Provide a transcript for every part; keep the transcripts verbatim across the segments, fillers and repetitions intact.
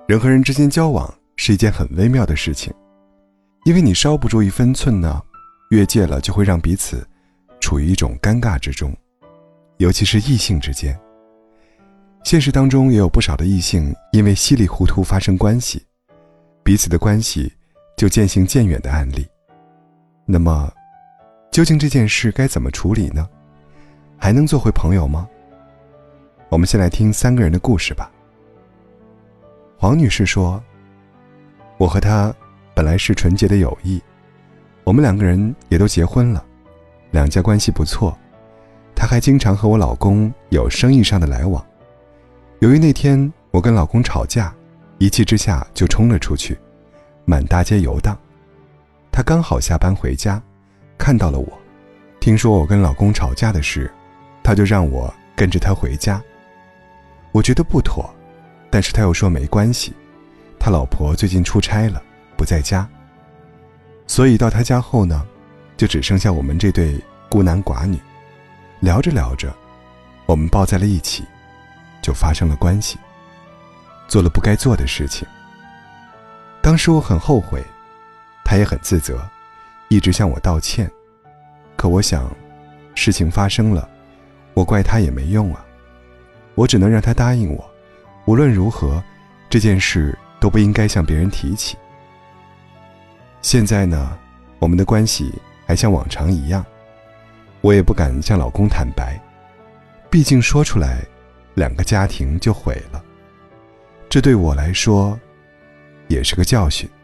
人和人之间交往是一件很微妙的事情，因为你稍不注意分寸呢，越界了就会让彼此处于一种尴尬之中，尤其是异性之间。现实当中也有不少的异性因为稀里糊涂发生关系，彼此的关系就渐行渐远的案例。那么究竟这件事该怎么处理呢？还能做回朋友吗？我们先来听三个人的故事吧。黄女士说，我和她本来是纯洁的友谊，我们两个人也都结婚了，两家关系不错，她还经常和我老公有生意上的来往。由于那天我跟老公吵架，一气之下就冲了出去，满大街游荡。她刚好下班回家，看到了我，听说我跟老公吵架的事，她就让我跟着她回家。我觉得不妥，但是他又说没关系，他老婆最近出差了，不在家。所以到他家后呢，就只剩下我们这对孤男寡女。聊着聊着，我们抱在了一起，就发生了关系，做了不该做的事情。当时我很后悔，他也很自责，一直向我道歉。可我想，事情发生了，我怪他也没用啊。我只能让他答应我，无论如何，这件事都不应该向别人提起。现在呢，我们的关系还像往常一样，我也不敢向老公坦白，毕竟说出来，两个家庭就毁了。这对我来说，也是个教训。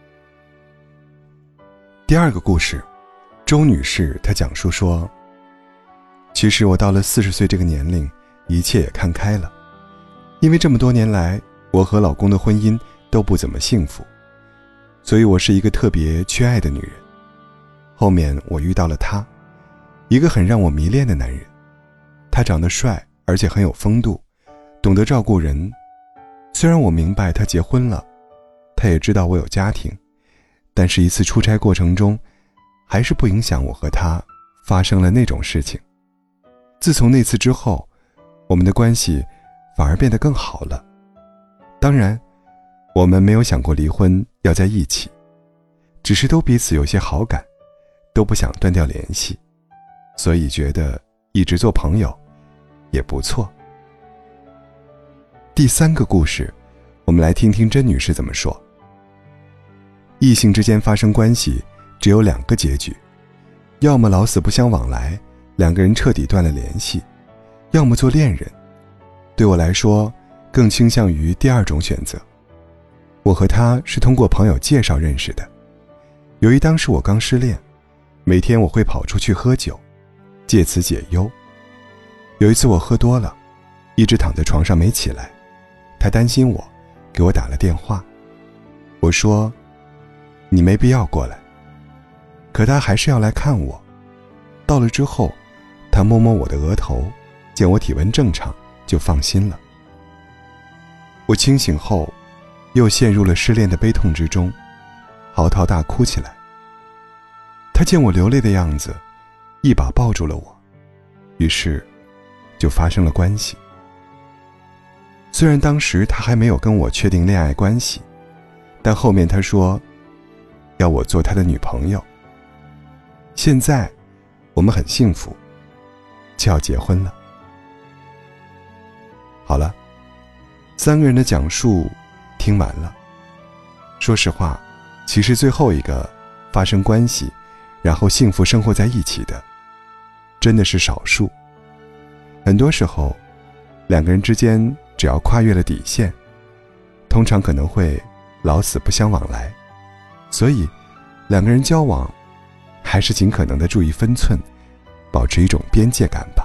第二个故事，周女士她讲述说，其实我到了四十岁这个年龄，一切也看开了，因为这么多年来，我和老公的婚姻都不怎么幸福，所以我是一个特别缺爱的女人。后面我遇到了他，一个很让我迷恋的男人。他长得帅，而且很有风度，懂得照顾人。虽然我明白他结婚了，他也知道我有家庭，但是一次出差过程中，还是不影响我和他发生了那种事情。自从那次之后，我们的关系反而变得更好了。当然，我们没有想过离婚要在一起，只是都彼此有些好感，都不想断掉联系，所以觉得一直做朋友也不错。第三个故事，我们来听听甄女士怎么说。异性之间发生关系只有两个结局，要么老死不相往来，两个人彻底断了联系，要么做恋人。对我来说，更倾向于第二种选择。我和他是通过朋友介绍认识的，由于当时我刚失恋，每天我会跑出去喝酒，借此解忧。有一次我喝多了，一直躺在床上没起来，他担心我，给我打了电话。我说，你没必要过来。可他还是要来看我。到了之后，他摸摸我的额头，见我体温正常，就放心了。我清醒后，又陷入了失恋的悲痛之中，嚎啕大哭起来。他见我流泪的样子，一把抱住了我，于是就发生了关系。虽然当时他还没有跟我确定恋爱关系，但后面他说要我做他的女朋友。现在我们很幸福，就要结婚了。好了，三个人的讲述听完了。说实话，其实最后一个发生关系然后幸福生活在一起的真的是少数。很多时候两个人之间只要跨越了底线，通常可能会老死不相往来。所以两个人交往还是尽可能的注意分寸，保持一种边界感吧。